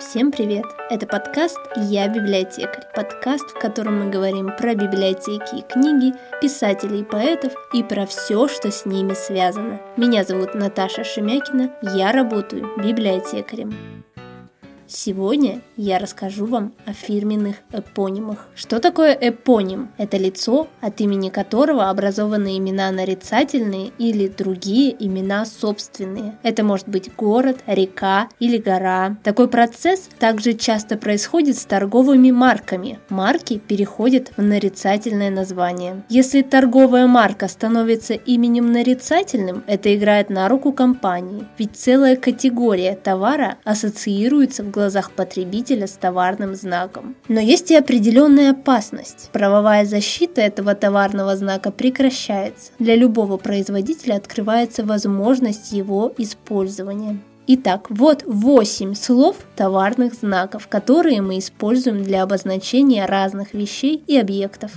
Всем привет! Это подкаст «Я библиотекарь». Подкаст, в котором мы говорим про библиотеки и книги, писателей и поэтов и про все, что с ними связано. Меня зовут Наташа Шемякина, я работаю библиотекарем. Сегодня я расскажу вам о фирменных эпонимах. Что такое эпоним? Это лицо, от имени которого образованы имена нарицательные или другие имена собственные. Это может быть город, река или гора. Такой процесс также часто происходит с торговыми марками. Марки переходят в нарицательное название. Если торговая марка становится именем нарицательным, это играет на руку компании, ведь целая категория товара ассоциируется в глазах потребителя с товарным знаком. Но есть и определенная опасность. Правовая защита этого товарного знака прекращается. Для любого производителя открывается возможность его использования. Итак, вот 8 слов товарных знаков, которые мы используем для обозначения разных вещей и объектов.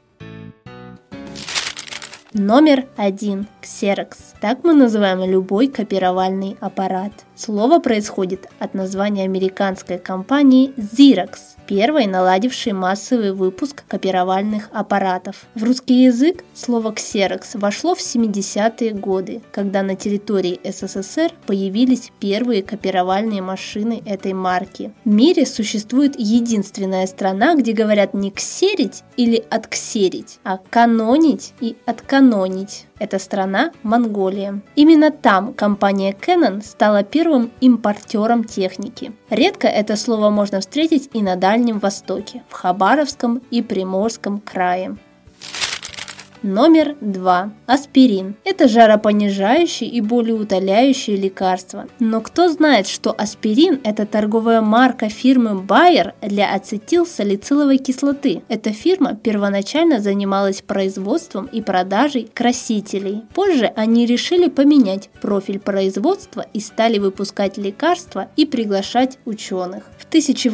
Номер 1. Ксерокс. Так мы называем любой копировальный аппарат. Слово происходит от названия американской компании Xerox, первой наладившей массовый выпуск копировальных аппаратов. В русский язык слово «ксерокс» вошло в 70-е годы, когда на территории СССР появились первые копировальные машины этой марки. В мире существует единственная страна, где говорят не «ксерить» или «отксерить», а «канонить» и «отканонить». Это страна Монголия. Именно там компания Canon стала первым импортером техники. Редко это слово можно встретить и на Дальнем Востоке, в Хабаровском и Приморском крае. Номер 2. Аспирин. Это жаропонижающее и болеутоляющее лекарство. Но кто знает, что аспирин – это торговая марка фирмы Bayer для ацетилсалициловой кислоты. Эта фирма первоначально занималась производством и продажей красителей. Позже они решили поменять профиль производства и стали выпускать лекарства и приглашать ученых. В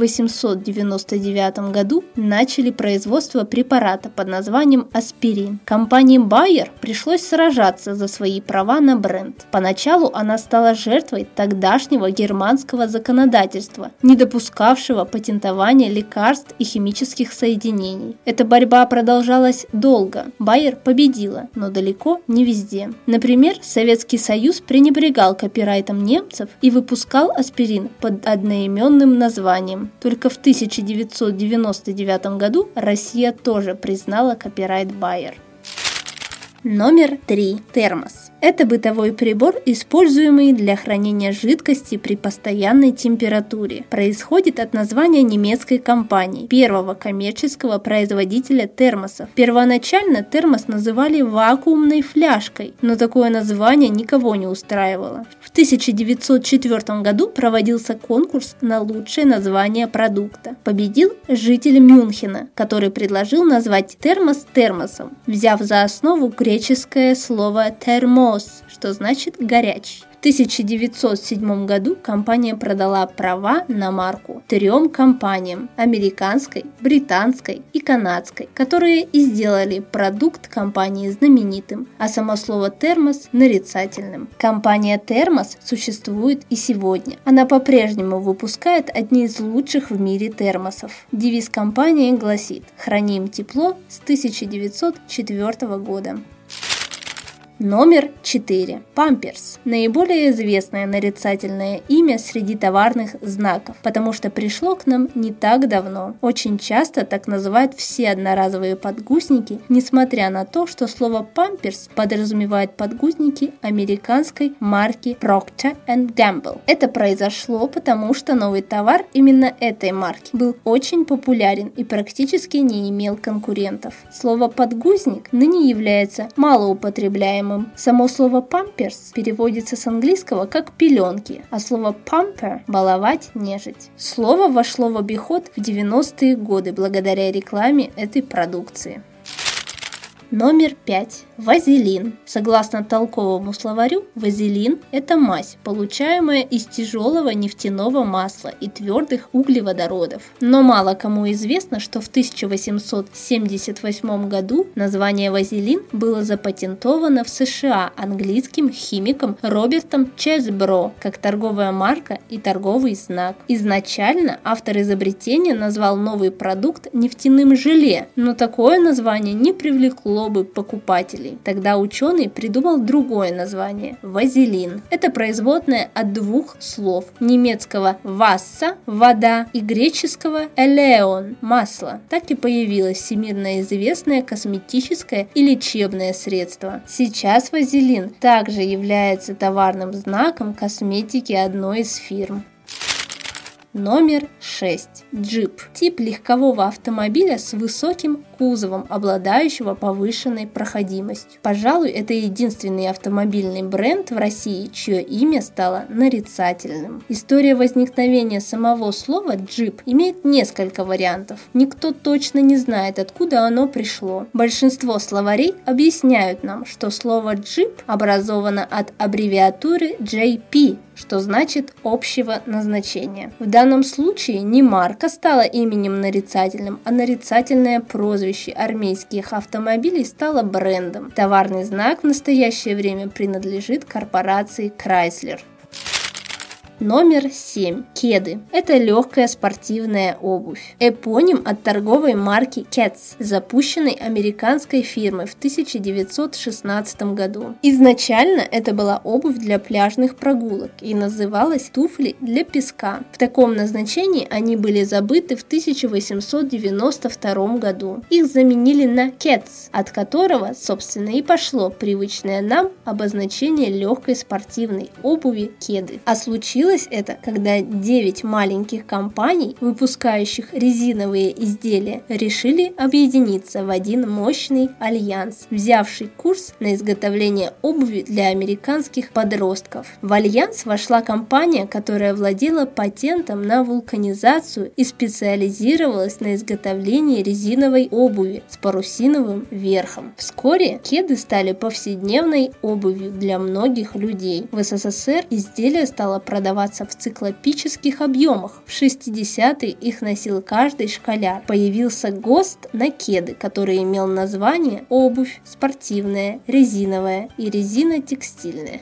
1899 году начали производство препарата под названием аспирин. Компании Bayer пришлось сражаться за свои права на бренд. Поначалу она стала жертвой тогдашнего германского законодательства, не допускавшего патентования лекарств и химических соединений. Эта борьба продолжалась долго. Bayer победила, но далеко не везде. Например, Советский Союз пренебрегал копирайтом немцев и выпускал аспирин под одноименным названием. Только в 1999 году Россия тоже признала копирайт Bayer. Номер 3. Термос. Это бытовой прибор, используемый для хранения жидкости при постоянной температуре. Происходит от названия немецкой компании, первого коммерческого производителя термосов. Первоначально термос называли вакуумной фляжкой, но такое название никого не устраивало. В 1904 году проводился конкурс на лучшее название продукта. Победил житель Мюнхена, который предложил назвать термос термосом, взяв за основу греческое слово термос, что значит горячий. В 1907 году компания продала права на марку 3 компаниям – американской, британской и канадской, которые и сделали продукт компании знаменитым, а само слово термос – нарицательным. Компания Термос существует и сегодня. Она по-прежнему выпускает одни из лучших в мире термосов. Девиз компании гласит «Храним тепло с 1904 года». Номер 4. Памперс. Наиболее известное нарицательное имя среди товарных знаков, потому что пришло к нам не так давно. Очень часто так называют все одноразовые подгузники, несмотря на то, что слово памперс подразумевает подгузники американской марки Procter & Gamble. Это произошло потому, что новый товар именно этой марки был очень популярен и практически не имел конкурентов. Слово подгузник ныне является малоупотребляемым. Само слово «памперс» переводится с английского как «пеленки», а слово «pamper» – «баловать», «нежить». Слово вошло в обиход в 90-е годы благодаря рекламе этой продукции. Номер 5. Вазелин. Согласно толковому словарю, вазелин – это мазь, получаемая из тяжелого нефтяного масла и твердых углеводородов. Но мало кому известно, что в 1878 году название вазелин было запатентовано в США английским химиком Робертом Чесбро как торговая марка и торговый знак. Изначально автор изобретения назвал новый продукт нефтяным желе, но такое название не привлекло бы покупателей. Тогда ученый придумал другое название – вазелин. Это производное от двух слов – немецкого «васса» – вода и греческого «элеон» – масло. Так и появилось всемирно известное косметическое и лечебное средство. Сейчас вазелин также является товарным знаком косметики одной из фирм. Номер 6. Джип. Тип легкового автомобиля с высоким кузовом, обладающего повышенной проходимостью. Пожалуй, это единственный автомобильный бренд в России, чье имя стало нарицательным. История возникновения самого слова «джип» имеет несколько вариантов. Никто точно не знает, откуда оно пришло. Большинство словарей объясняют нам, что слово «джип» образовано от аббревиатуры JP, что значит «общего назначения». В данном случае не марка стала именем нарицательным, а нарицательное прозвище армейских автомобилей стало брендом. Товарный знак в настоящее время принадлежит корпорации Chrysler. Номер 7. Кеды. Это легкая спортивная обувь. Эпоним от торговой марки Keds, запущенной американской фирмой в 1916 году. Изначально это была обувь для пляжных прогулок и называлась туфли для песка. В таком назначении они были забыты в 1892 году. Их заменили на Keds, от которого, собственно, и пошло привычное нам обозначение легкой спортивной обуви кеды. А случилось это, когда 9 маленьких компаний, выпускающих резиновые изделия, решили объединиться в один мощный альянс, взявший курс на изготовление обуви для американских подростков. В альянс вошла компания, которая владела патентом на вулканизацию и специализировалась на изготовлении резиновой обуви с парусиновым верхом. Вскоре кеды стали повседневной обувью для многих людей. В СССР изделие стало продаваться в циклопических объемах. В 60-е их носил каждый школяр. Появился ГОСТ на кеды, который имел название обувь спортивная, резиновая и резинотекстильная.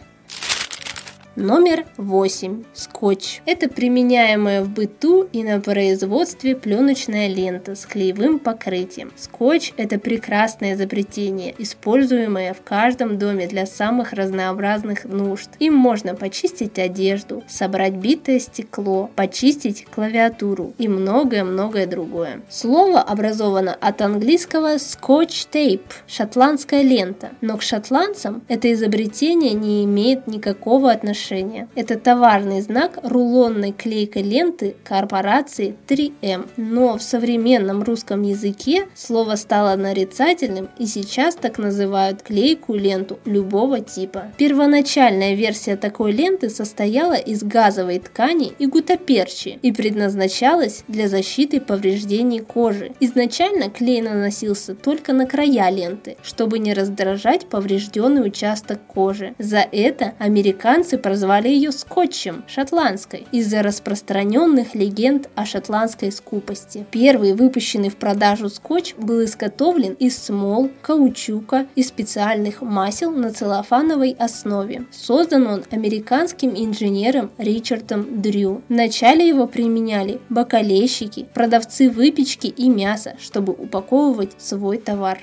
Номер 8. Скотч. Это применяемая в быту и на производстве пленочная лента с клеевым покрытием. Скотч – это прекрасное изобретение, используемое в каждом доме для самых разнообразных нужд. Им можно почистить одежду, собрать битое стекло, почистить клавиатуру и многое-многое другое. Слово образовано от английского Scotch Tape – шотландская лента, но к шотландцам это изобретение не имеет никакого отношения. Это товарный знак рулонной клейкой ленты корпорации 3M. Но в современном русском языке слово стало нарицательным, и сейчас так называют клейкую ленту любого типа. Первоначальная версия такой ленты состояла из газовой ткани и гуттаперчи и предназначалась для защиты повреждений кожи. Изначально клей наносился только на края ленты, чтобы не раздражать поврежденный участок кожи. За это американцы прозвали ее скотчем шотландской из-за распространенных легенд о шотландской скупости. Первый выпущенный в продажу скотч был изготовлен из смол, каучука и специальных масел на целлофановой основе. Создан он американским инженером Ричардом Дрю. Вначале его применяли бакалейщики, продавцы выпечки и мяса, чтобы упаковывать свой товар.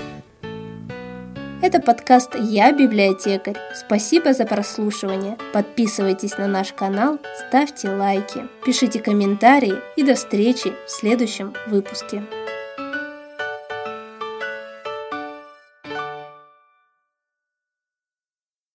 Это подкаст «Я библиотекарь». Спасибо за прослушивание. Подписывайтесь на наш канал, ставьте лайки, пишите комментарии и до встречи в следующем выпуске.